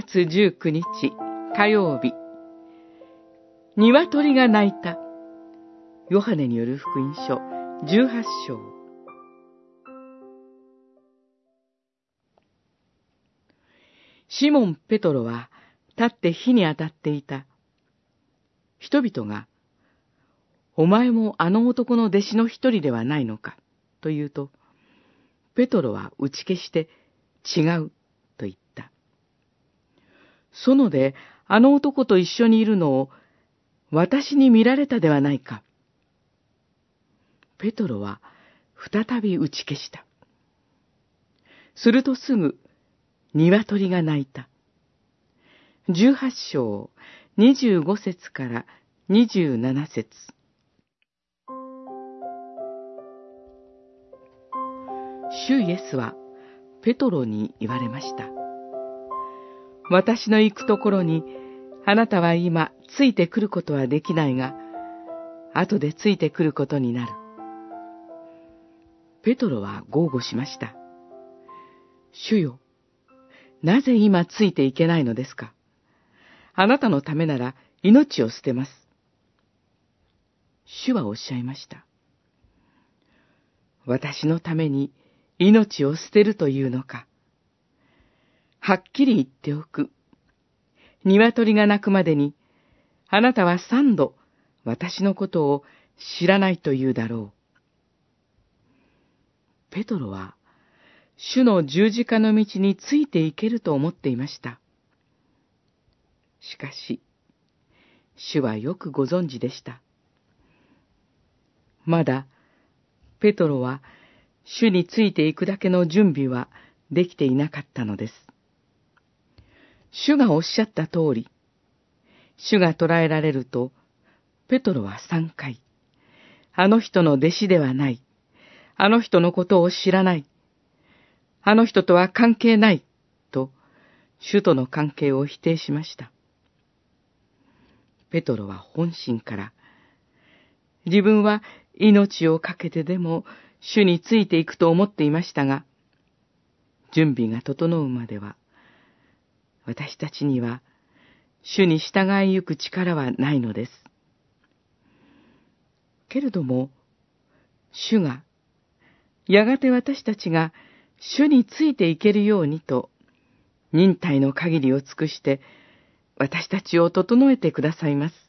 月19日火曜日、鶏が鳴いた。ヨハネによる福音書18章。シモン・ペトロは立って火に当たっていた。人々が、お前もあの男の弟子の一人ではないのか、と言うと、ペトロは打ち消して違うと言った。園であの男と一緒にいるのを私に見られたではないか。ペトロは再び打ち消した。するとすぐ鶏が鳴いた。18章25節から27節。主イエスはペトロに言われました。私の行くところにあなたは今ついてくることはできないが、後でついてくることになる。ペトロは豪語しました。主よ、なぜ今ついていけないのですか。あなたのためなら命を捨てます。主はおっしゃいました。私のために命を捨てるというのか。はっきり言っておく。鶏が鳴くまでに、あなたは3度私のことを知らないというだろう。ペトロは、主の十字架の道についていけると思っていました。しかし、主はよくご存知でした。まだ、ペトロは、主についていくだけの準備はできていなかったのです。主がおっしゃった通り、主が捕らえられると、ペトロは3回、あの人の弟子ではない、あの人のことを知らない、あの人とは関係ない、と、主との関係を否定しました。ペトロは本心から、自分は命を懸けてでも主についていくと思っていましたが、準備が整うまでは、私たちには主に従いゆく力はないのです。けれども、主が、やがて私たちが主についていけるようにと、忍耐の限りを尽くして、私たちを整えてくださいます。